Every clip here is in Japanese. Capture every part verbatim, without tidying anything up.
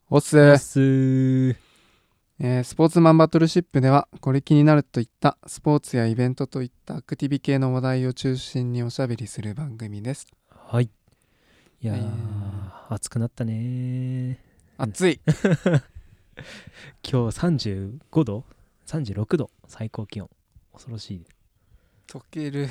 おっすー、 おっすー。 えースポーツマンバトルシップではこれ気になるといったスポーツやイベントといったアクティビ系の話題を中心におしゃべりする番組です。 はい。いやえーー、暑くなったねー。うん暑い。 今日さんじゅうごど ?さんじゅうろく 度、最高気温。恐ろしい。 溶ける。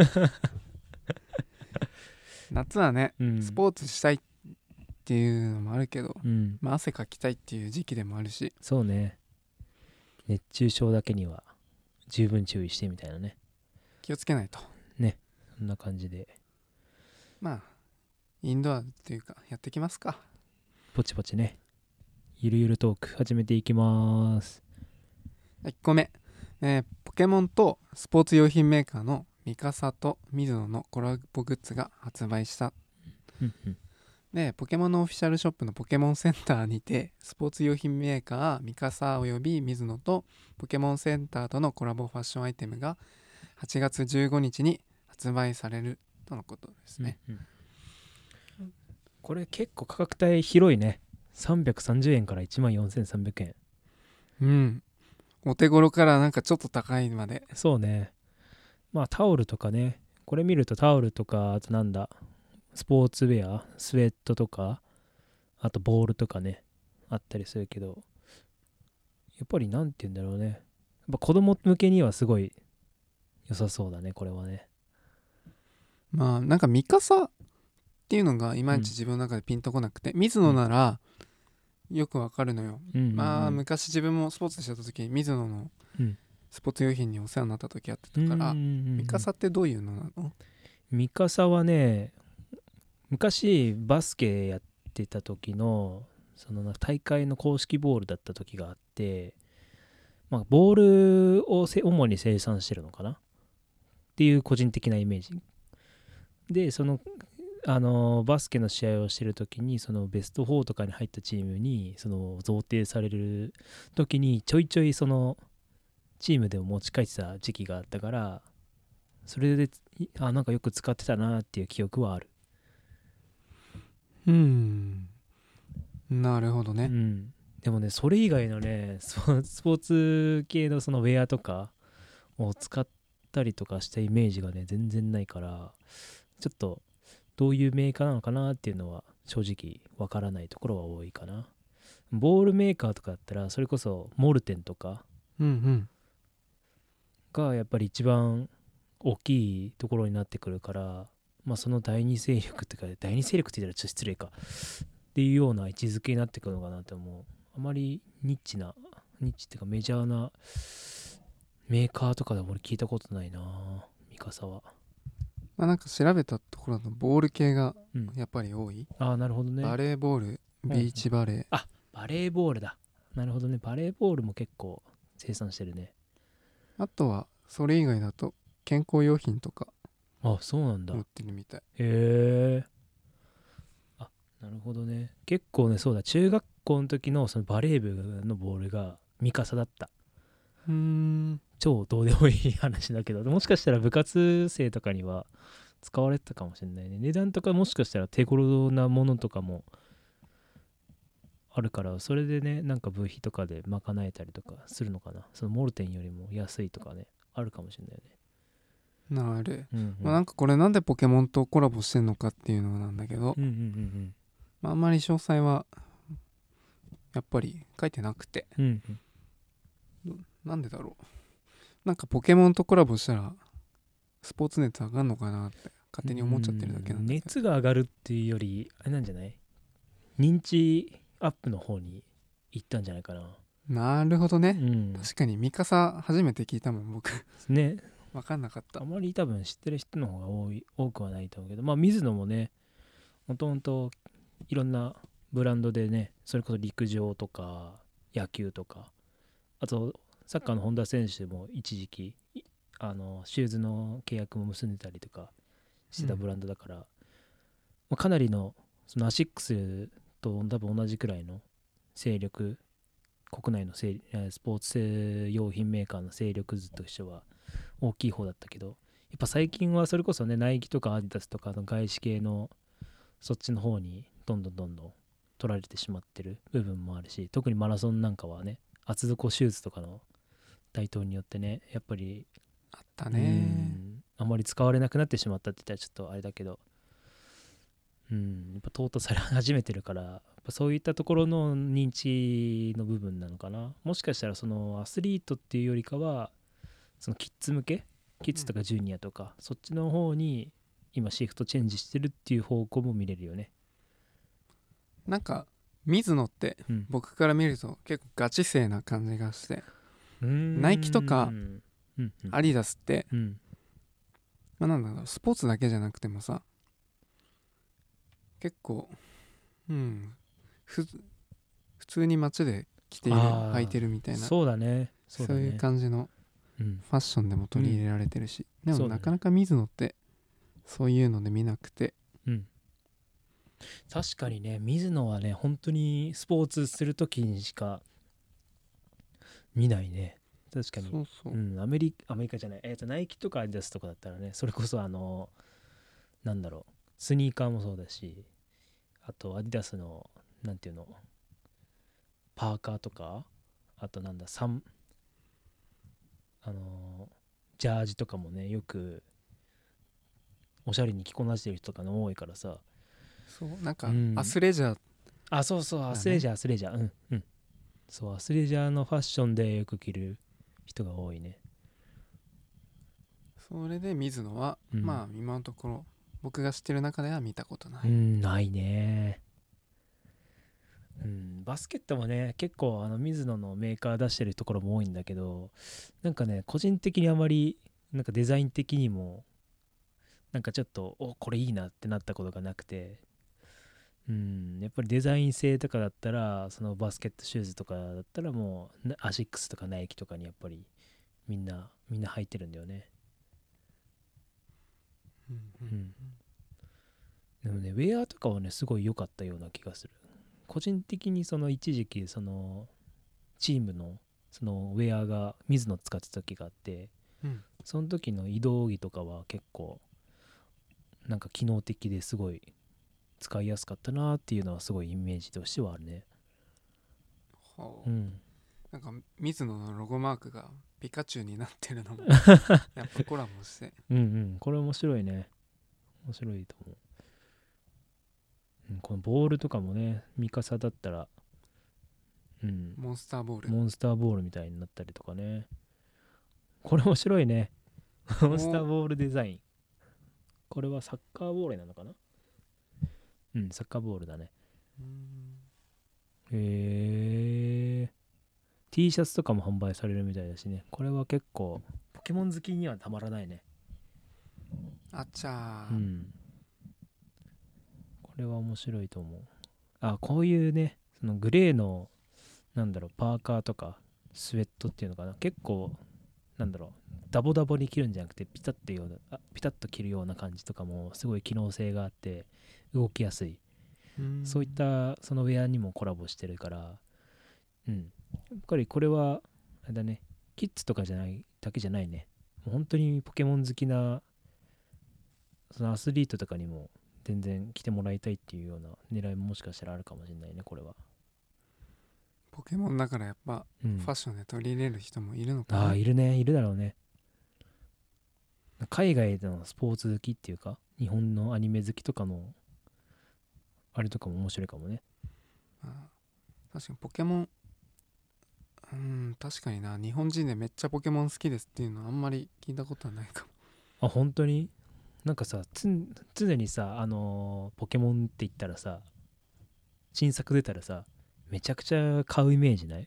夏はね、 うん。 スポーツしたいっていうのもあるけど、 うん。 まあ、汗かきたいっていう時期でもあるし、 そうね。熱中症だけには十分注意してみたいなね。 気をつけないと。 ね。そんな感じで、 まあインドアっていうかやってきますか。 ポチポチね。ゆるゆるトーク始めていきまーす。 いっこめ、えーポケモンとスポーツ用品メーカーのミカサとミズノのコラボグッズが発売した。 うんうん。 で、ポケモンのオフィシャルショップのポケモンセンターにて、スポーツ用品メーカーミカサおよびミズノとポケモンセンターとのコラボファッションアイテムがはちがつじゅうごにちに発売されるとのことですね。 うんうん、これ結構価格帯広いね。さんびゃくさんじゅうえんからいちまんよんせんさんびゃくえん。 うん。お手頃からなんかちょっと高いまで。 そうね。まあタオルとかね、これ見るとタオルとか、あとなんだ、スポーツウェア、スウェットとか、あとボールとかね、あったりするけど、やっぱりなんて言うんだろうね。やっぱ子供向けにはすごい良さそうだね、これはね。 まあなんかミカサっていうのがいまいちうん。 自分の中でピンとこなくて、ミズうん。 ノならよくわかるのよ。 うんうんうまあん。 昔自分もスポーツしてた時にミズノのうん。 スポーツ用品にお世話になった時やってうんうんうたから、ミカん。 サってどういうのなの？ ミカサはね、昔バスケやってた時の、その大会の公式ボールだった時があって、まあ、ボールを主に生産してるのかなっていう個人的なイメージで、そのあのバスケの試合をしてる時に、そのベストよんとかに入ったチームにその贈呈される時にちょいちょいそのチームでも持ち帰ってた時期があったから、それであなんかよく使ってたなっていう記憶はある。 うーん、なるほどね。 うん。でもね、それ以外のね、スポスポーツ系のそのウェアとかを使ったりとかしたイメージがね、全然ないから、ちょっとどういうメーカーなのかなっていうのは正直わからないところは多いかな。ボールメーカーとかだったら、それこそモルテンとかうんうん。 がやっぱり一番大きいところになってくるから、まあその第二勢力っていうか、第二勢力って言ったらちょっと失礼かっていうような位置づけになってくるのかなと思う。あまりニッチな、ニッチっていうかメジャーなメーカーとかでも俺聞いたことないな、ミカサは。 まあなんか調べたところだとボール系がうん。 やっぱり多い。 ああ、なるほどね。 バレーボール、 うんうん。 ビーチバレー。 あ、バレーボールだ。なるほどね。バレーボールも結構生産してるね。 あとはそれ以外だと健康用品とかあ、そうなんだ。 売っへてるみたい。 え。あ、なるほどね。結構ね、そうだ。中学校の時のそのバレー部のボールがミカサだった。 うーん。 超どうでもいい話だけど、もしかしたら部活生とかには使われてたかもしれないね。値段とかもしかしたら手頃なものとかもあるから、それでね、なんか部費とかで賄えたりとかするのかな。そのモルテンよりも安いとかね、あるかもしれないよね。 なる。 うんうん。 まあなんかこれなんでポケモンとコラボしてんのかっていうのなんだけど、 うんうんうんまああんまり詳細はやっぱり書いてなくて、 うん。うんうん。 なんでだろう。なんかポケモンとコラボしたらスポーツ熱上がんのかなって勝手に思っちゃってるだけなんだけど。 熱が上がるっていうより、あれなんじゃない？認知アップの方に行ったんじゃないかな。 なるほどうね。 ん。 確かにミカサ初めて聞いたもん僕。 ね。 分かんなかった。 あまり多分知ってる人の方が多い多くはないと思うけど、まあ水野もね、もともといろんなブランドでね、それこそ陸上とか野球とか、あとサッカーの本田選手も一時期あのシューズの契約も結んでたりとかしてたブランドだから、まあ、かなりのそのアシックスと多分同じくらいの勢力、国内のせいスポーツ用品メーカーの勢力図としては大きい方だったけど、やっぱ最近はそれこそね、ナイキとかアディダスとかの外資系のそっちの方にどんどんどんどん取られてしまってる部分もあるし、特にマラソンなんかはね、厚底シューズとかの台頭によってね、やっぱりあったうね。 んあまり使われなくなってしまったって言ったらちょっとあれだけど、うんやっぱ淘汰され始めてるから、やっぱそういったところの認知の部分なのかな。もしかしたらそのアスリートっていうよりかは、そのキッズ向け、キッズとかジュニアとか、そっちの方に今シフトチェンジしてるっていう方向も見れるよね。 なんかミズノってうん僕から見ると結構ガチ勢な感じがして、 うーんナイキとかうんうんアディダスって、 うんまあ、なんだろう、スポーツだけじゃなくてもさ、結構うんふ普通に街で着ているあ履いてるみたあいな、 そうだねそうだねそういう感じのうんファッションでも取り入れられてるし、でもそうだねなかなかミズノってそういうので見なくて、 うん確かにね、水野はね本当にスポーツするときにしか見ないね。確かに。 そうそう、 うん、アメリカアメリカじゃない、えっとナイキとかアディダスとかだったらね、それこそあのなんだろう、スニーカーもそうだし、あとアディダスのなんていうの、パーカーとか、あとなんだサンあのジャージとかもね、よくおしゃれに着こなしてる人とかの多いからさ。 そうなんかうんアスレジャー、 あそうそう、アねスレジャーアスレジャーうんうん、そうアスレジャーのファッションでよく着る人が多いね。 それでミズノは、 うんまあ今のところ僕が知ってる中では見たことない、 うんないね。うん、バスケットもね結構あのミズノのメーカー出してるところも多いんだけど、なんかね個人的にあまりなんかデザイン的にもなんかちょっとおこれいいなってなったことがなくて、うんやっぱりデザイン性とかだったら、そのバスケットシューズとかだったらもうなアシックスとかナイキとかにやっぱりみんなみんな履いてるんだよね。 うんうんうんでもねウェアとかはねすごい良かったような気がする。個人的にその一時期そのチームのそのウェアが水野使ってた時があって、 うんその時の移動着とかは結構なんか機能的ですごい使いやすかったなっていうのはすごいイメージとしてはあるね。 ほう、 うんなんかミズノのロゴマークがピカチュウになってるのもやっぱコラボしてうんうんこれ面白いね。面白いと思う。うん、このボールとかもねミカサだったらうんモンスターボール、 モンスターボールみたいになったりとかね。これ面白いね。モンスターボールデザイン。これはサッカーボールなのかな。うんサッカーボールだね。 うーんへえ。T シャツとかも販売されるみたいだしね。これは結構ポケモン好きにはたまらないね。 あっちゃー、 うんこれは面白いと思う。あこういうねそのグレーのなんだろうパーカーとかスウェットっていうのかな、結構なんだろうダボダボに着るんじゃなくてピタッとようなあピタッと着るような感じとかもすごい機能性があって動きやすい、 うーんそういったそのウェアにもコラボしてるから、うんやっぱりこれはあれだね、キッズとかじゃないだけじゃないね、もう本当にポケモン好きなそのアスリートとかにも全然着てもらいたいっていうような狙いももしかしたらあるかもしれないねこれは。 ポケモンだからやっぱうんファッションで取り入れる人もいるのかあな、 あいるねいるだろうね。海外でのスポーツ好きっていうか日本のアニメ好きとかのあれとかも面白いかもね。 あー確かにポケモン、うん確かにな、日本人でめっちゃポケモン好きですっていうのはあんまり聞いたことはないかも。 あ本当になんかさつ常にさあのーポケモンって言ったらさ新作出たらさめちゃくちゃ買うイメージない？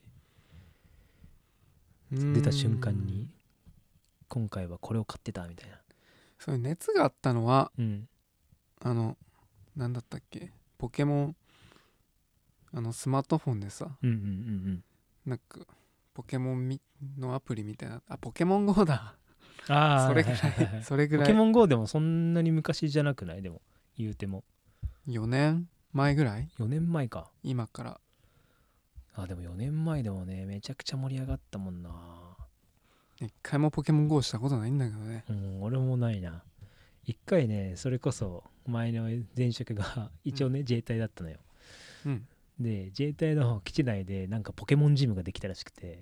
出た瞬間に今回はこれを買ってたみたいな。 そういう熱があったのはうんあのなんだったっけ、ポケモン、あのスマートフォンでさ、 うんうんうんなんかポケモンみのアプリみたいな、あポケモン ゴー だ、 うんああそれぐらい、 はいはいはいそれぐらいポケモン ゴー でもそんなに昔じゃなくない？でも言うてもよねんまえぐらい、 よねんまえか。 今からあでもよねんまえでもねめちゃくちゃ盛り上がったもんな。 一回もポケモン ゴー したことないんだけどね。 うん俺もないな。一回ねそれこそ前の前職が一応ね、自衛隊だったのよ。 うんで自衛隊の基地内でなんかポケモンジムができたらしくて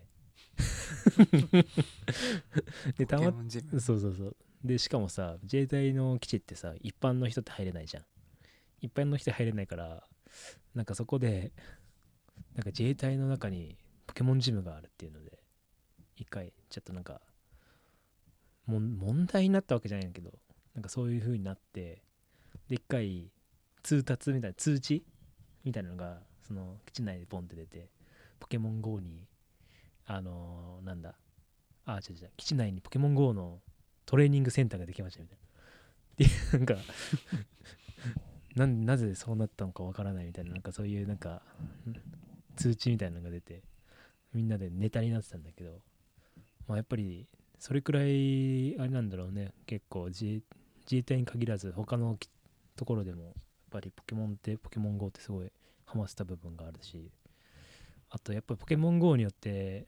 でたまポケモンジム。 そうそうそうでしかもさ自衛隊の基地ってさ一般の人って入れないじゃん。一般の人入れないからなんかそこでなんか自衛隊の中にポケモンジムがあるっていうので一回ちょっとなんかもん問題になったわけじゃないんだけどなんかそういう風になってで一回通達みたいな通知みたいなのがその基地内でポンって出てポケモン ゴー にあのー、なんだあ違う違う基地内にポケモン ゴー のトレーニングセンターができましたみたいなでなんかななぜそうなったのかわからないみたいななんかそういうなんか通知みたいなのが出てみんなでネタになってたんだけどまあやっぱりそれくらいあれなんだろうね結構自衛、自衛隊に限らず他のところでもやっぱりポケモンってポケモン ゴー ってすごいハマってた部分があるしあとやっぱりポケモン ゴー によって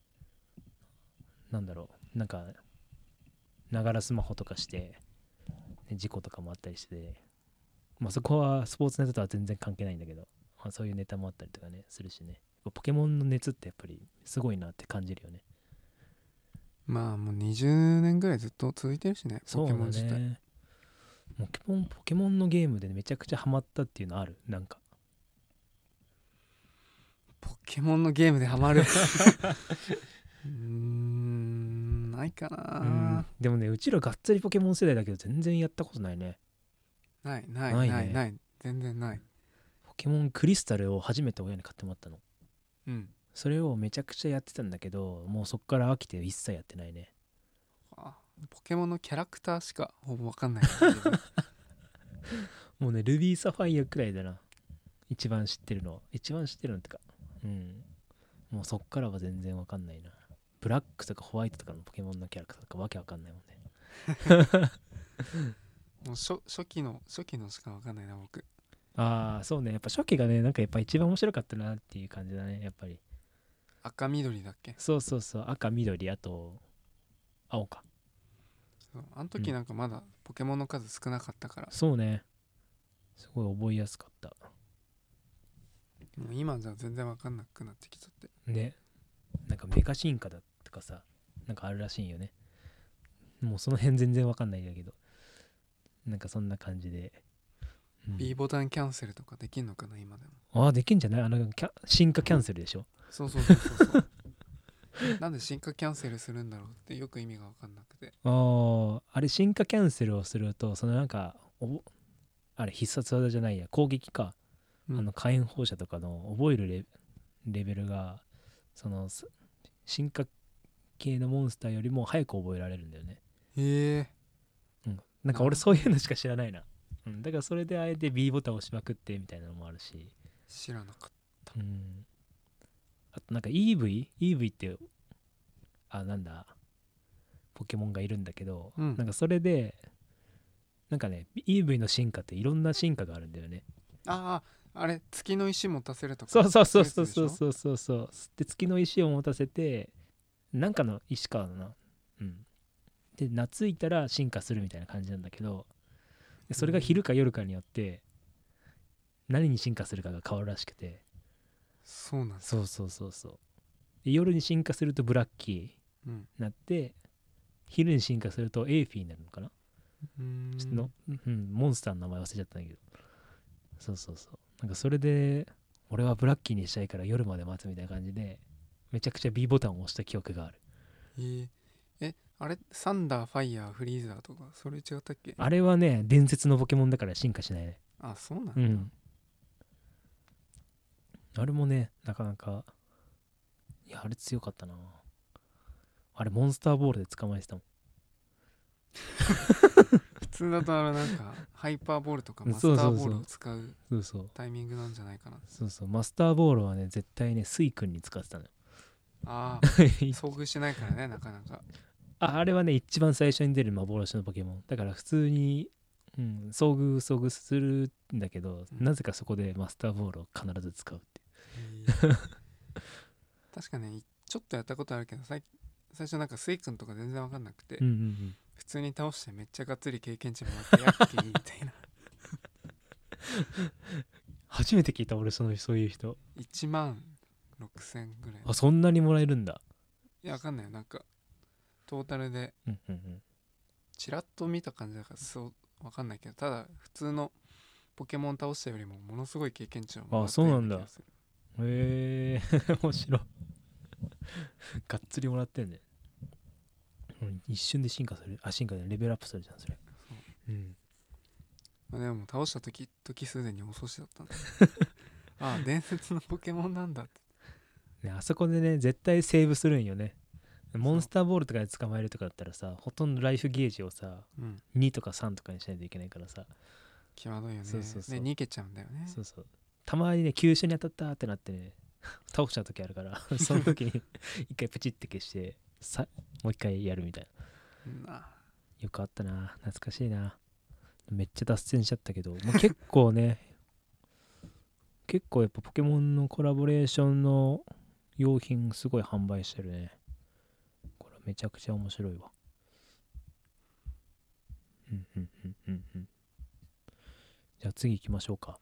なんだろうなんかながらスマホとかして事故とかもあったりしてまあそこはスポーツネタとは全然関係ないんだけど、まあ、そういうネタもあったりとかねするしねポケモンの熱ってやっぱりすごいなって感じるよね。 まあもうにじゅうねんぐらいずっと続いてるしね、ポケモン自体。 そうだねポケモンポケモンのゲームでめちゃくちゃハマったっていうのあるなんかポケモンのゲームでハマるうーんないかな。 うんでもねうちらがっつりポケモン世代だけど全然やったことないね。 ないないないねないない全然ない。 ポケモンクリスタルを初めて親に買ってもらったの。 うんそれをめちゃくちゃやってたんだけどもうそっから飽きて一切やってないね。 あポケモンのキャラクターしかほぼ分かんないから自分もうねルビーサファイアくらいだな一番知ってるの一番知ってるのってかうんもうそっからは全然わかんないな。ブラックとかホワイトとかのポケモンのキャラクターとかわけわかんないもんねもう初初期の初期のしか分かんないな僕。 ああそうねやっぱ初期がねなんかやっぱ一番面白かったなっていう感じだねやっぱり。 赤緑だっけ。 そうそうそう赤緑あと青か。 そうあの時なんかまだポケモンの数少なかったから、 そうねすごい覚えやすかったもう今じゃ全然分かんなくなってきちゃって。 ね。なんかメカ進化だとかさなんかあるらしいんよね。もうその辺全然わかんないんだけどなんかそんな感じで、うん、 B ボタンキャンセルとかできんのかな今でああできんじゃないあのキャ進化キャンセルでしょ。 も。そうそうそうそうそうなんで進化キャンセルするんだろうってよく意味が分かんなくて。 あああれ進化キャンセルをするとそのなんかおあれ必殺技じゃないや攻撃か、 うん、 あの火炎放射とかの覚える レ, レベルがその進化系のモンスターよりも早く覚えられるんだよね。 へえ。 うん、なんか俺そういうのしか知らないな、うん、だからそれであえて B ボタンを押しまくってみたいなのもあるし、 知らなかっうん、あとなんか イーブイ? イーブイ ってあなんだポケモンがいるんだけど、 うんなんかそれでなんかね イーブイ の進化っていろんな進化があるんだよね。 た。あああれ月の石持たせるとか。 そうそうそうそうそういうやつでしょ。 そうそうそうそうで月の石を持たせてなんかの石かなうんで懐いたら進化するみたいな感じなんだけどでそれが昼か夜かによって何に進化するかが変わるらしくて。 そうなんだ。 そうそうそうそうで夜に進化するとブラッキーうんになって昼に進化するとエーフィーになるのかな。 うーんちょっとの、うん、モンスターの名前忘れちゃったんだけどそうそうそうなんかそれで俺はブラッキーにしたいから夜まで待つみたいな感じでめちゃくちゃ B ボタンを押した記憶がある。 えーえあれサンダーファイヤーフリーザーとかそれ違ったっけ。 あれはね伝説のポケモンだから進化しないね。 あそうなんだ、 うんあれもねなかなかいやあれ強かったな。あれモンスターボールで捕まえてたもん。 普通だとあのなんかハイパーボールとかうんマスターそうそうそうボールを使うそうそうタイミングなんじゃないかな。 そうそうマスターボールはね絶対ねスイ君に使ってたのよああ遭遇しないからねなかなか。 ああれはね一番最初に出る幻のポケモンだから普通に、うん、遭遇遭遇するんだけど、 うんなぜかそこでマスターボールを必ず使うってへー確かねちょっとやったことあるけど最最初なんかスイ君とか全然わかんなくて、 うんうんうん普通に倒してめっちゃがっつり経験値もらってヤッキーみたいな初めて聞いた俺そのそういう人。 いちまんろくせんぐらい。 あ、そんなにもらえるんだ。 いやわかんないよ、なんかトータルでうんうんうん。 チラッと見た感じだからそうわかんないけど、ただ普通のポケモン倒したよりもものすごい経験値をもらあ、 ったそうなんだ。 ような気がする。 へえ面白い。がっつりもらってんね。うん、一瞬で進化する。あ、進化でレベルアップするじゃんそれ。 そう、 うん。 まあ、でも倒した時時すでに遅しだったんだああ伝説のポケモンなんだって。 ね、あそこでね絶対セーブするんよね。モンスそターボールとかで捕まえるとかだったらさ、ほとんどライフゲージをさう、うん、 にとかさんとかにしないといけないからさ。 際どいよね。 そうそうそうで逃げちゃうんだよね。 そうそう。たまにね急所に当たったってなってね倒しちゃう時あるからその時に一回プチって消してさもう一回やるみたいな。 うん、あよくあったな、懐かしいな。めっちゃ脱線しちゃったけど、まあ、結構ね結構やっぱポケモンのコラボレーションの用品すごい販売してるね。これめちゃくちゃ面白いわ。うんうんうんうんうん。じゃあ次行きましょうか。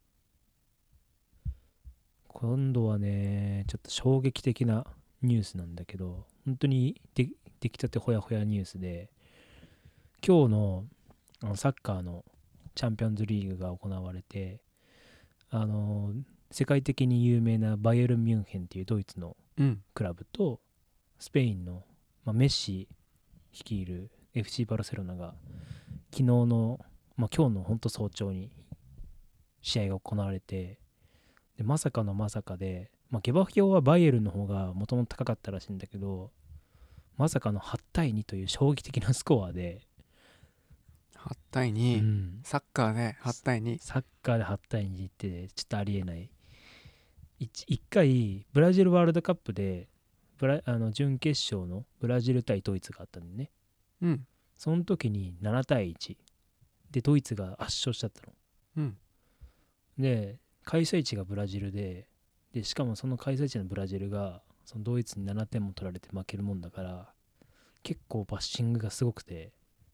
今度はねちょっと衝撃的なニュースなんだけど、本当にで出来たてほやほやニュースで、今日のあのサッカーのチャンピオンズリーグが行われて、あの世界的に有名なバイエルン・ミュンヘンっていうドイツのうんクラブとスペインの、まあ、メッシ率いる エフシー バルセロナが昨日の、まあ、今日の本当早朝に試合が行われて、でまさかのまさかで、まあ、下馬評はバイエルンの方がもともと高かったらしいんだけど、まさかのはちたいにという衝撃的なスコアで、 はち対うに、 ん、 サッカーではち対に。 サッカーではちたいにってちょっとありえない。 1, いっかいブラジルワールドカップでブラあの準決勝のブラジル対ドイツがあったんでね。 うんその時にななたいいちでドイツが圧勝しちゃったの。 うんで開催地がブラジルで、でしかもその開催地のブラジルがそのドイツにななてんも取られて負けるもんだから、結構バッシングがすごくて、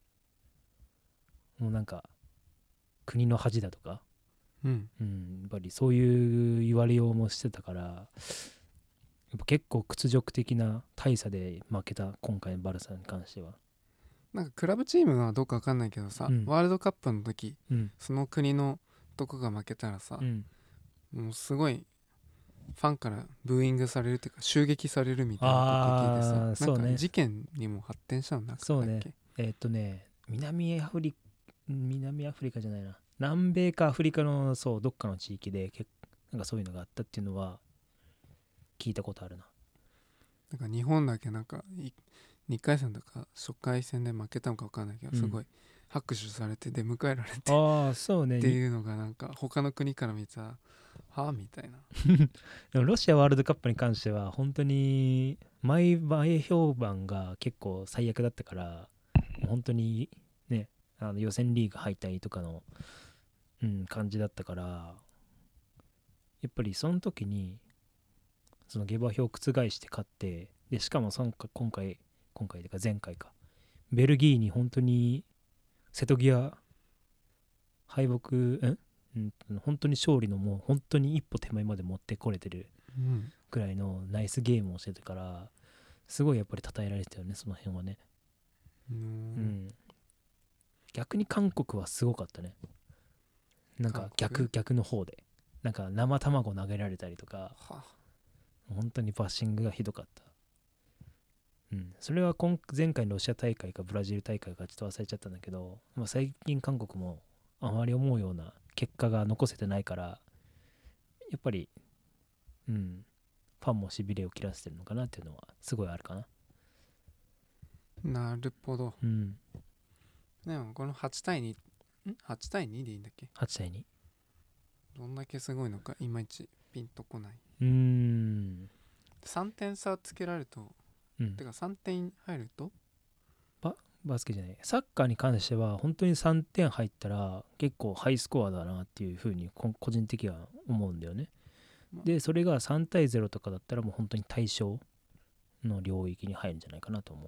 もうなんか国の恥だとか、 うん。 うん、やっぱりそういう言われようもしてたから、やっぱ結構屈辱的な大差で負けた今回のバルサに関しては。 なんかクラブチームはどうかわかんないけどさ、 うんワールドカップの時うんその国のどこが負けたらさ、 うんもうすごいファンからブーイングされるっていうか襲撃されるみたいなこと聞いてさ、 ああそうねなんか事件にも発展したのなかったっけ。 そうね。えーっとね南アフリ南アフリカじゃないな、南米かアフリカのそうどっかの地域で結なんかそういうのがあったっていうのは聞いたことあるな。 なんか日本だけなんかいにかい戦とか初回戦で負けたのか分かんないけど、 うんすごい拍手されて出迎えられてっああそうねていうのがなんか他の国から見たらはあみたいな。 でもロシアワールドカップに関しては本当に前前評判が結構最悪だったから、本当にねあの予選リーグ敗退とかの、うん、感じだったから、やっぱりその時にその下馬評を覆して勝って、でしかもその今回今回というか前回かベルギーに本当に瀬戸際敗北ん、うん、本当に勝利のもう本当に一歩手前まで持ってこれてるうんくらいのナイスゲームをしてたから、すごいやっぱり称えられてたよねその辺はね。 うーうんん逆に韓国はすごかったね。なんか韓逆国逆の方でなんか生卵投げられたりとか、 は本当にバッシングがひどかった。うん、それは今前回のロシア大会かブラジル大会かちょっと忘れちゃったんだけど、まあ、最近韓国もあまり思うような結果が残せてないから、やっぱり、うん、ファンもしびれを切らせてるのかなっていうのはすごいあるかな。 なるほど。 うん、 でもこのはち対にんはち対にでいいんだっけ。 はちたいに。 どんだけすごいのかいまいちピンとこない。 うーん、 さんてん差つけられると、 うんて、かさんてん入るとババスケじゃないサッカーに関しては本当にさんてん入ったら結構ハイスコアだなっていうふうにこ個人的には思うんだよね。でそれがさん対ゼロとかだったらもう本当に対象の領域に入るんじゃないかなと思う。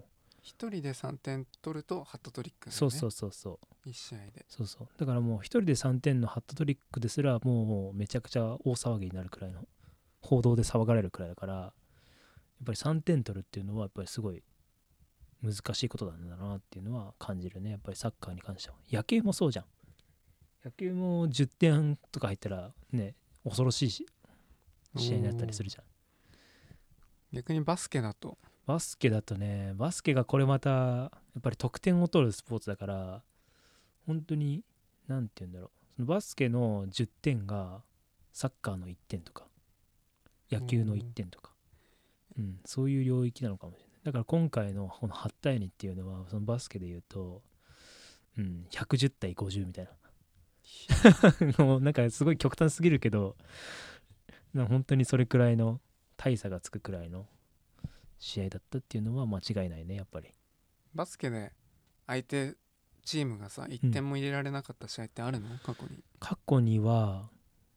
ひとりでさんてん取るとハットトリックだよね。 そうそうそうそういち試合で。 そうそうだからもう一人でさんてんのハットトリックですらもうめちゃくちゃ大騒ぎになるくらいの報道で騒がれるくらいだから、やっぱりさんてん取るっていうのはやっぱりすごい難しいことなんだなっていうのは感じるね。やっぱりサッカーに関しては。野球もそうじゃん。野球もじゅってんとか入ったらね、恐ろしいし試合になったりするじゃん。 逆にバスケだとバスケだとね、バスケがこれまたやっぱり得点を取るスポーツだから、本当になんて言うんだろう、そのバスケのじゅってんがサッカーのいってんとか野球のいってんとか、うん、そういう領域なのかもしれない。だから今回のこのはち対にっていうのはそのバスケで言うと、うん、ひゃくじゅう対ごじゅうみたいなもうなんかすごい極端すぎるけど、本当にそれくらいの大差がつくくらいの試合だったっていうのは間違いないね。やっぱりバスケで相手チームがさいってんも入れられなかった試合ってあるの、過去に。 過去には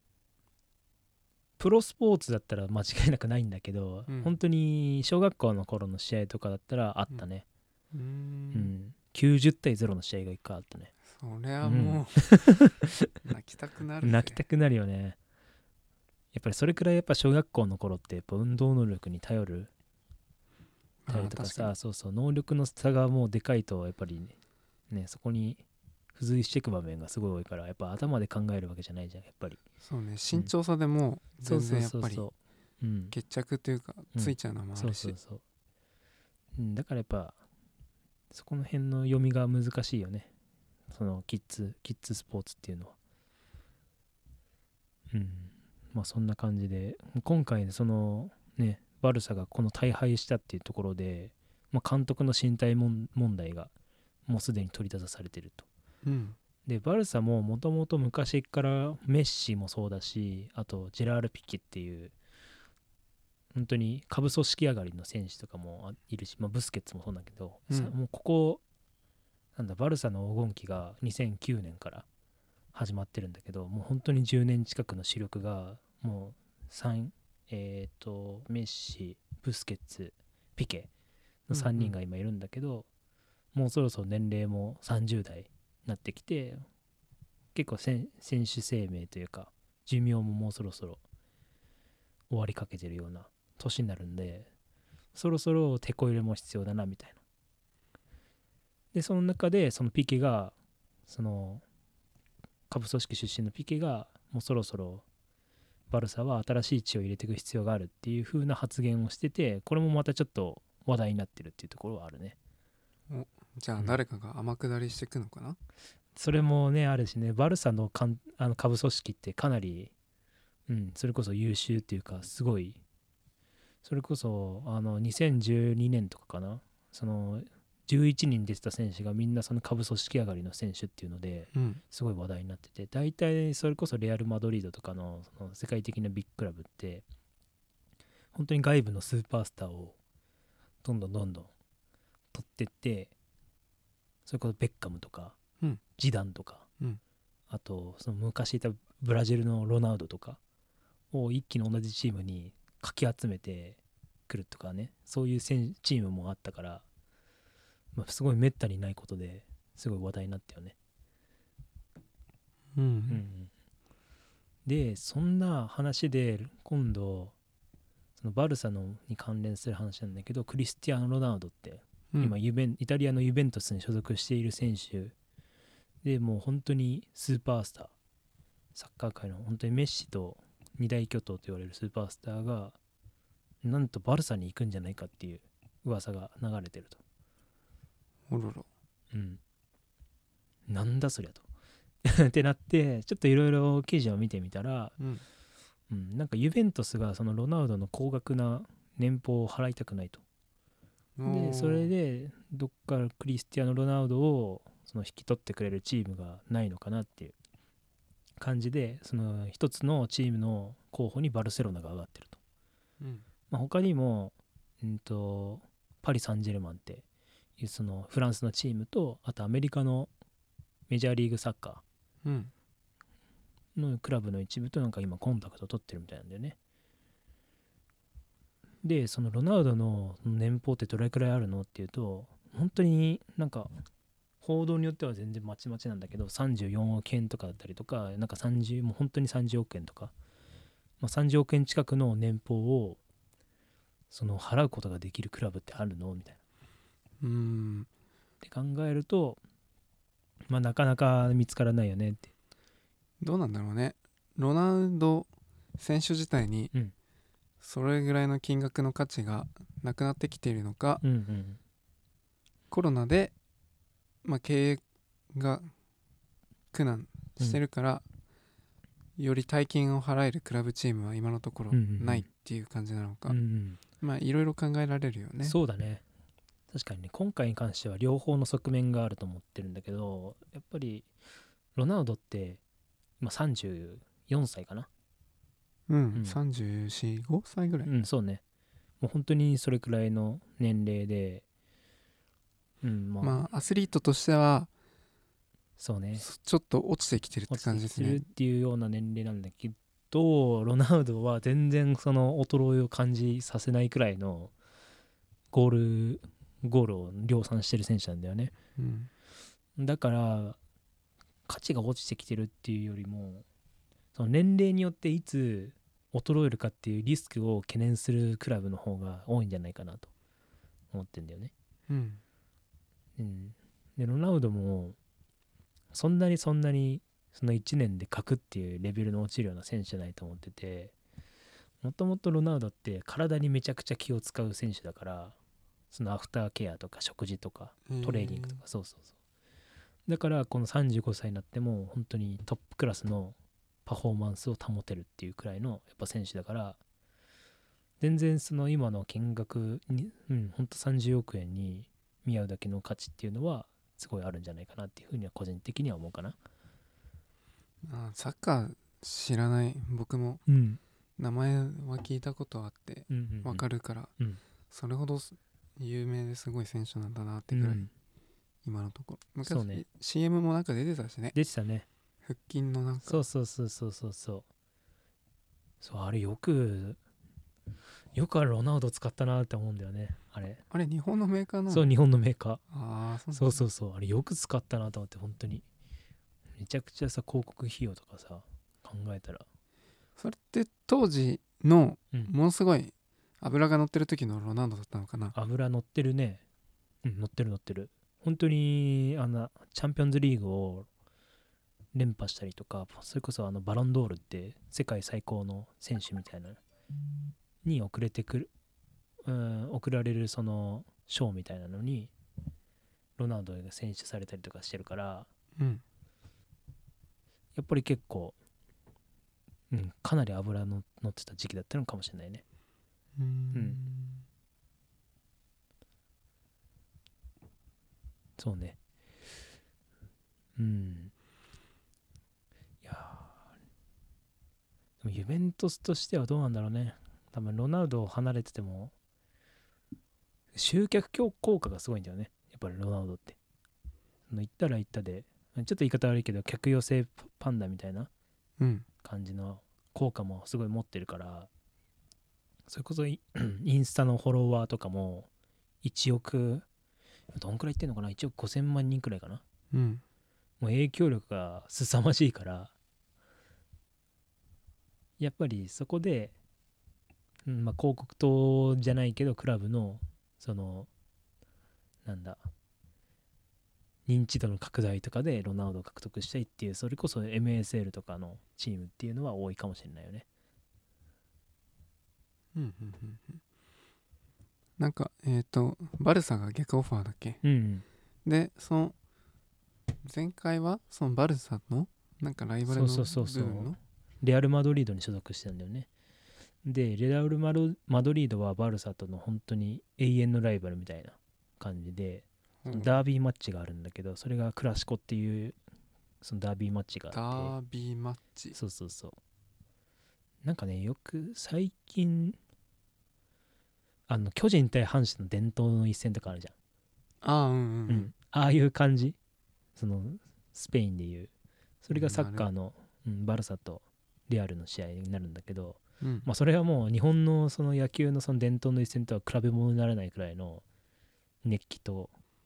プロスポーツだったら間違いなくないんだけど、 うん本当に小学校の頃の試合とかだったらあったね。 うーんうんきゅうじゅう対ゼロの試合がいっかいあったね。 それはもう、泣きたくなるぜ。 泣きたくなるよね。やっぱりそれくらいやっぱ小学校の頃ってやっぱ運動能力に頼る頼るとかさ、 あー確かにそうそう能力の差がもうでかいとやっぱり ね, ねそこに付随していく場面がすごい多いから、やっぱ頭で考えるわけじゃないじゃんやっぱり。 そうね、身長差でもう全然やっぱりう、うん、 決着というかうんついちゃうのもあそうるし、 そうそう、うん、だからやっぱそこの辺の読みが難しいよね、そのキッズキッズスポーツっていうのは。うんまあそんな感じで今回そのねバルサがこの大敗したっていうところで、まあ、監督の身体問題がもうすでに取り沙汰されてると。 うんでバルサももともと昔からメッシもそうだし、あとジェラール・ピケっていう本当に下部組織上がりの選手とかもいるし、まあ、ブスケッツもそうだけど、 うんさもうここなんだバルサの黄金期がにせんきゅうねんから始まってるんだけど、もう本当にじゅうねん近くの主力がもう3えっ、とメッシ、ブスケッツ、ピケのさんにんが今いるんだけど、もうそろそろ年齢もさんじゅう代になってきて、結構選手生命というか寿命ももうそろそろ終わりかけてるような年になるんで、そろそろ手こ入れも必要だなみたいな。でその中でそのピケがその下部組織出身のピケがもうそろそろバルサは新しい血を入れていく必要があるっていう風な発言をしてて、これもまたちょっと話題になってるっていうところはあるね。 おじゃあ誰かが天下りしていくのかな、 それもねあるしね、バルサのかんあの下部組織ってかなり、うん、それこそ優秀っていうかすごい、それこそあのにせんじゅうにねんとかかな、そのじゅういちにん出てた選手がみんなその下部組織上がりの選手っていうのですごい話題になってて、大体それこそレアル・マドリードとか の, その世界的なビッグクラブって本当に外部のスーパースターをどんどんどんどん取ってって、それこそベッカムとか、 うん、 ジダンとか、 うん、 あとその昔いたブラジルのロナウドとかを一気に同じチームにかき集めてくるとかね、そういうチームもあったから、まあ、すごいめったにないことですごい話題になったよね。 うんうんうん、でそんな話で今度そのバルサのに関連する話なんだけど、クリスティアーノ・ロナウドってうん、 今ユベンイタリアのユベントスに所属している選手で、もう本当にスーパースター、サッカー界の本当にメッシと二大巨頭と言われるスーパースターがなんとバルサに行くんじゃないかっていう噂が流れてると。 おろろ、 うん、なんだそりゃとってなって、ちょっといろいろ記事を見てみたら、 うんうん、なんかユベントスがそのロナウドの高額な年俸を払いたくないと。でそれでどっかクリスティアーノ・ロナウドをその引き取ってくれるチームがないのかなっていう感じで、その一つのチームの候補にバルセロナが上がってると。 うんまあ、他にも、うんと、パリ・サンジェルマンっていうそのフランスのチームと、あとアメリカのメジャーリーグサッカうんーのクラブの一部となんか今コンタクト取ってるみたいなんだよね。でそのロナウドの年俸ってどれくらいあるのっていうと、 本当になんか報道によっては全然まちまちなんだけどさんじゅうよんおくえんとかだったりとか、なんかさんじゅうもう本当にさんじゅうおくえんとか、まあ、さんじゅうおくえん近くの年俸をその払うことができるクラブってあるのみたいなうーんって考えると、まあなかなか見つからないよねって。 どうなんだろうね。ロナウド選手自体にうんそれぐらいの金額の価値がなくなってきているのか、 うんうんコロナで、まあ、経営が苦難してるから、より大金を払えるクラブチームは今のところうんうんうんないっていう感じなのか、 うんうんまあいろいろ考えられるよね。 そうだね。確かにね、今回に関しては両方の側面があると思ってるんだけど、やっぱりロナウドって今さんじゅうよんさいかな。 うん、 うんさんじゅうよん、ごさいぐらい。 うん、そうね。もう本当にそれくらいの年齢で、うんまあ、 まあアスリートとしてはそうね、 そちょっと落ちてきてるって落ちて感じですね。 きてるっていうような年齢なんだけど、ロナウドは全然その衰えを感じさせないくらいのゴールゴールを量産してる選手なんだよね。 うんだから価値が落ちてきてるっていうよりも、その年齢によっていつ衰えるかっていうリスクを懸念するクラブの方が多いんじゃないかなと思ってんだよね。 うんうん、でロナウドもそんなにそんなにそのいちねんで書くっていうレベルの落ちるような選手じゃないと思ってて、もともとロナウドって体にめちゃくちゃ気を使う選手だから、そのアフターケアとか食事とかトレーニングとか、そうそうそう、だからこのさんじゅうごさいになっても本当にトップクラスのパフォーマンスを保てるっていうくらいのやっぱ選手だから、全然その今の金額に、うん、ほんとさんじゅうおくえんに見合うだけの価値っていうのはすごいあるんじゃないかなっていうふうには個人的には思うかな。 あサッカー知らない僕もうん名前は聞いたことあってうんうんうんわかるから、 うんそれほど有名ですごい選手なんだなってぐらい、 うん今のところ昔、 そうね、 シーエム もなんか出てたしね、 出てたね。 腹筋のなんか。 そうそうそうそうそうそうそうあれよくよくあれロナウド使ったなって思うんだよね、あれ。 あれ日本のメーカーなの？ そう日本のメーカー、 ああそうなんだ。 そうそうそう、あれよく使ったなと思って、本当にめちゃくちゃさ広告費用とかさ考えたら、 それって当時のうんものすごい油が乗ってる時のロナウドだったのかな？ 油乗ってるね。うん乗ってる乗ってる。本当にあのチャンピオンズリーグを連覇したりとか、それこそあのバロンドールって世界最高の選手みたいなに遅れてくる、うん、送られるその賞みたいなのにロナウドが選出されたりとかしてるから、 うんやっぱり結構、うん、かなり油の乗ってた時期だったのかもしれないね。 うーんうんそうね。うんいやでもユベントスとしてはどうなんだろうね。多分ロナウドを離れてても集客効果がすごいんだよね、やっぱりロナウドって。その行ったら行ったで、ちょっと言い方悪いけど客寄せパンダみたいなうん感じの効果もすごい持ってるから、それこそイインスタのフォロワーとかもいちおく、どんくらいいってんのかな、いちおくごせんまん人くらいかな。 うんもう影響力が凄まじいから、やっぱりそこで、うんまあ、広告塔じゃないけどクラブのそのなんだ認知度の拡大とかでロナウドを獲得したいっていう、それこそ エムエスエル とかのチームっていうのは多いかもしれないよね。 うんうんうんうんなんかえっ、とバルサが逆オファーだっけ？ うんでその前回はそのバルサのなんかライバルのそうそうそうそう部分のレアル・マドリードに所属してたんだよね。でレアルマド・マドリードはバルサとの本当に永遠のライバルみたいな感じで、 うんダービーマッチがあるんだけど、それがクラシコっていうそのダービーマッチがあダって、 ービーマッチ。 そうそうそう、なんかねよく最近あの巨人対阪神の伝統の一戦とかあるじゃん、 ああうんうんううんん、ああいう感じ、そのスペインでいうそれがサッカーの、うん、バルサとレアルの試合になるんだけど、 うんまあ、それはもう日本のその野球のその伝統の一戦とは比べ物にならないくらいの熱気と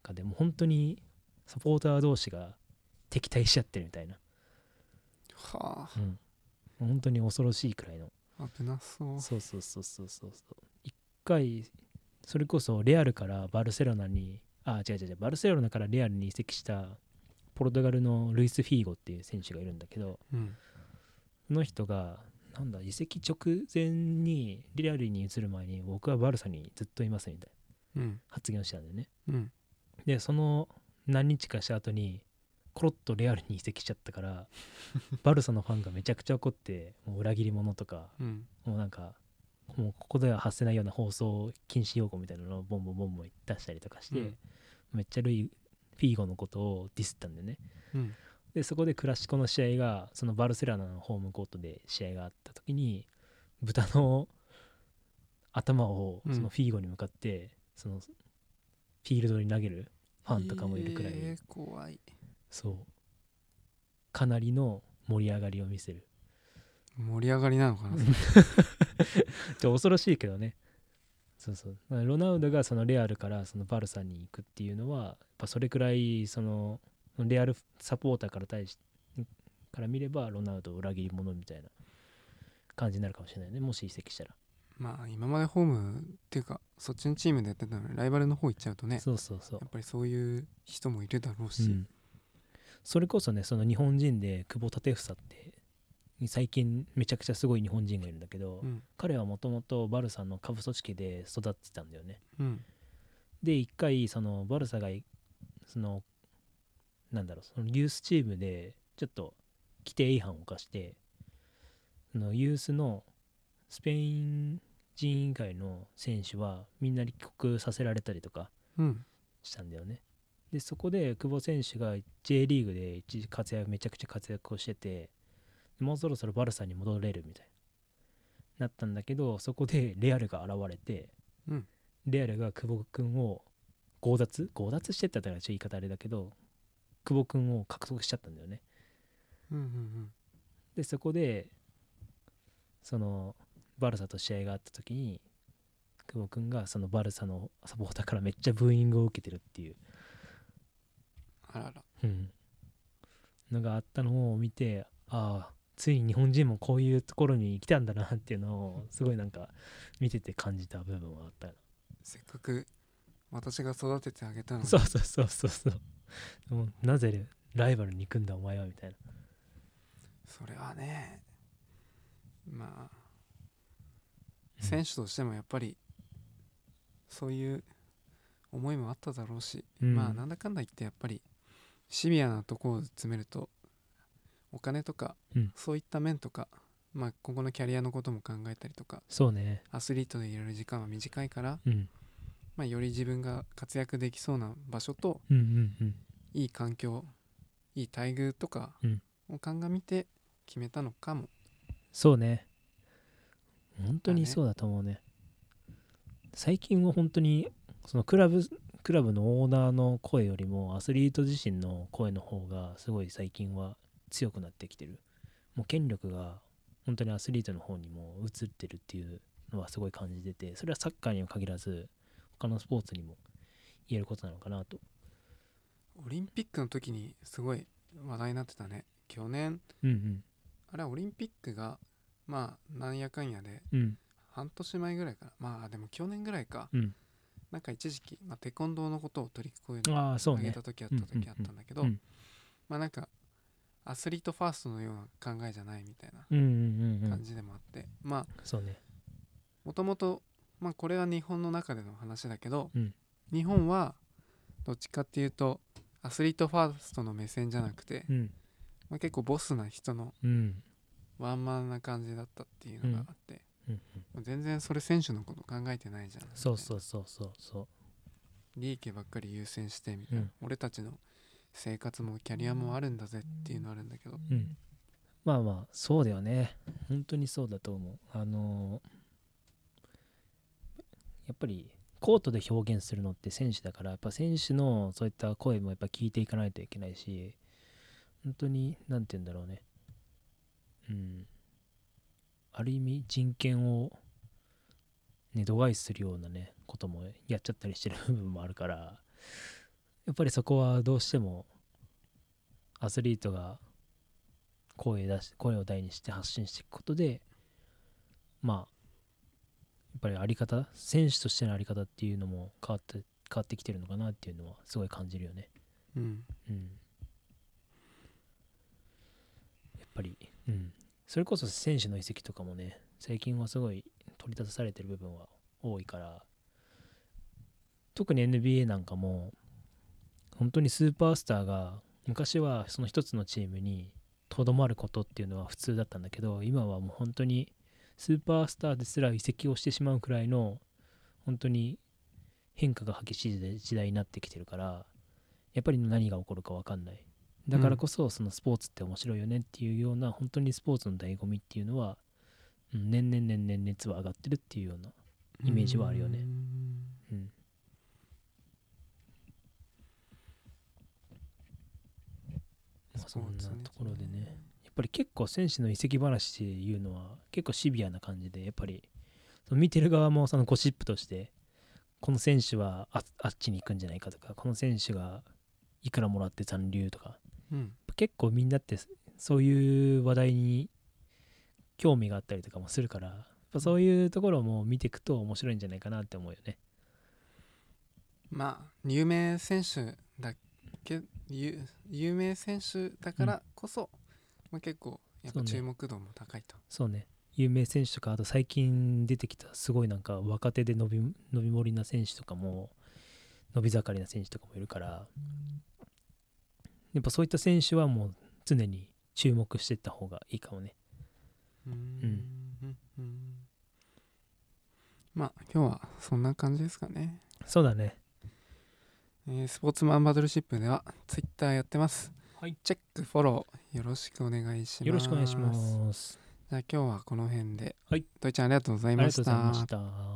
中でも本当にサポーター同士が敵対しちゃってるみたいな、 はうん、本当に恐ろしいくらいの、 あ危なそう。 そうそうそうそうそうそう一回それこそレアルからバルセロナにあ違う違う違うバルセロナからレアルに移籍したポルトガルのルイス・フィーゴっていう選手がいるんだけど、 うんその人がなんだ移籍直前にレアルに移る前に僕はバルサにずっといますみたいなうん発言をしたんだよね。 うんでその何日かした後にコロッとレアルに移籍しちゃったからバルサのファンがめちゃくちゃ怒って、もう裏切り者とか、 うんもうなんかもうここでは発せないような放送禁止用語みたいなのをボンボンボンボン出したりとかして、 うんめっちゃルイ・フィーゴのことをディスったんだよね。 うんでそこでクラシコの試合がそのバルセロナのホームコートで試合があった時に豚の頭をそのフィーゴに向かってそのフィールドに投げるファンとかもいるくらい、 えー、怖い。 そうかなりの盛り上がりを見せる盛り上がりなのかな。 ちょ恐ろしいけどね。そうそうロナウドがそのレアルからそのバルサに行くっていうのはやっぱそれくらいそのレアルサポーターから対しから見ればロナウド裏切り者みたいな感じになるかもしれないね、もし移籍したら。 まあ今までホームっていうかそっちのチームでやってたのにライバルの方行っちゃうとね、 そうそうそうやっぱりそういう人もいるだろうし、 うん、それこそねその日本人で久保建英って最近めちゃくちゃすごい日本人がいるんだけど、 うん彼はもともとバルサの下部組織で育ってたんだよね。 うんで一回そのバルサがそのなんだろうそのユースチームでちょっと規定違反を犯してそのユースのスペイン人以外の選手はみんな帰国させられたりとかうんしたんだよね。でそこで久保選手が J リーグで一時活躍めちゃくちゃ活躍をしてて、もうそろそろバルサに戻れるみたいになったんだけど、そこでレアルが現れて、 うん、 レアルが久保君を強奪強奪してったらちょっと言い方あれだけど久保君を獲得しちゃったんだよね。 うんうんでそこでそのバルサと試合があった時に久保君がそのバルサのサポーターからめっちゃブーイングを受けてるっていう、 あらら、 うん、のがあったのを見て、ああついに日本人もこういうところに来たんだなっていうのをすごいなんか見てて感じた部分はあったな。 せっかく私が育ててあげたのに。 そうそうそうそうそうでもなぜライバルに行くんだお前はみたいな。 それはね、まあうん選手としてもやっぱりそういう思いもあっただろうし、 うんまあなんだかんだ言ってやっぱりシビアなところを詰めるとお金とか、 うん、 そういった面とか、まあ今後のキャリアのことも考えたりとか、 そうね、 アスリートでいられる時間は短いから、 うん、 まあ、より自分が活躍できそうな場所とうんうんうんいい環境、いい待遇とかうんを鑑みて決めたのかも。 そうね、本当にだねそうだと思うね。最近は本当にそのクラブクラブのオーナーの声よりもアスリート自身の声の方がすごい最近は強くなってきてる。もう権力が本当にアスリートの方にも移ってるっていうのはすごい感じてて、それはサッカーにも限らず他のスポーツにも言えることなのかなと。 オリンピックの時にすごい話題になってたね。去年うんうんあれはオリンピックがまあなんやかんやでうん半年前ぐらいかな、まあでも去年ぐらいか、 うんなんか一時期、まあ、テコンドーのことを取り越えああそうね上げた時あった時あったんだけど、 うんうんまあなんかアスリートファーストのような考えじゃないみたいなうんうんうんうん感じでもあって、まあそうねもともとまあこれは日本の中での話だけど、 うん日本はどっちかっていうとアスリートファーストの目線じゃなくて、 うんまあ、結構ボスな人のうんワンマンな感じだったっていうのがあって、 うんうん全然それ選手のこと考えてないじゃん。 そうそうそうそうそ利益ばっかり優先してみたいな、 うん俺たちの生活もキャリアもあるんだぜっていうのあるんだけど、 う、うん、まあまあそうだよね、本当にそうだと思う。あのーやっぱりコートで表現するのって選手だから、やっぱ選手のそういった声もやっぱ聞いていかないといけないし、本当に何て言うんだろうね、うんある意味人権をね度外視するようなねこともやっちゃったりしてる部分もあるから、 やっぱりそこはどうしてもアスリートが声出し声を大にして発信していくことで、まあやっぱりあり方、選手としてのあり方っていうのも変わって変わってきてるのかなっていうのはすごい感じるよね。 うんうん。やっぱり、うん。それこそ選手の移籍とかもね、最近はすごい取り立たされてる部分は多いから、特に エヌビーエー なんかも本当にスーパースターが昔はその一つのチームにとどまることっていうのは普通だったんだけど、今はもう本当にスーパースターですら移籍をしてしまうくらいの本当に変化が激しい時代になってきてるから、やっぱり何が起こるか分かんない。だからこそそのスポーツって面白いよねっていうような、本当にスポーツの醍醐味っていうのは、うん、年々年々熱は上がってるっていうようなイメージはあるよね。うん。まあそんなところでね、やっぱり結構選手の移籍話っていうのは結構シビアな感じで、やっぱりその見てる側もそのゴシップとして、この選手は あ, あっちに行くんじゃないかとか、この選手がいくらもらって残留とか、 うん、 結構みんなってそういう話題に興味があったりとかもするから、やっぱそういうところも見ていくと面白いんじゃないかなって思うよね。 まあ有名選手だけ有有名選手だからこそ、うん、まあ、結構やっぱ注目度も高いと。 そうね、そうね、有名選手とか、あと最近出てきたすごいなんか若手で伸び伸び盛りな選手とかも、伸び盛りな選手とかもいるから、やっぱそういった選手はもう常に注目していった方がいいかもね。 うーん、うんうん、まあ今日はそんな感じですかね。 そうだね。 えー、スポーツマンバトルシップではツイッターやってます。 はい。 チェックフォローよろしくお願いします。 よろしくお願いします。 じゃあ今日はこの辺で。 はい。 ドイちゃんありがとうございました。 ありがとうございました。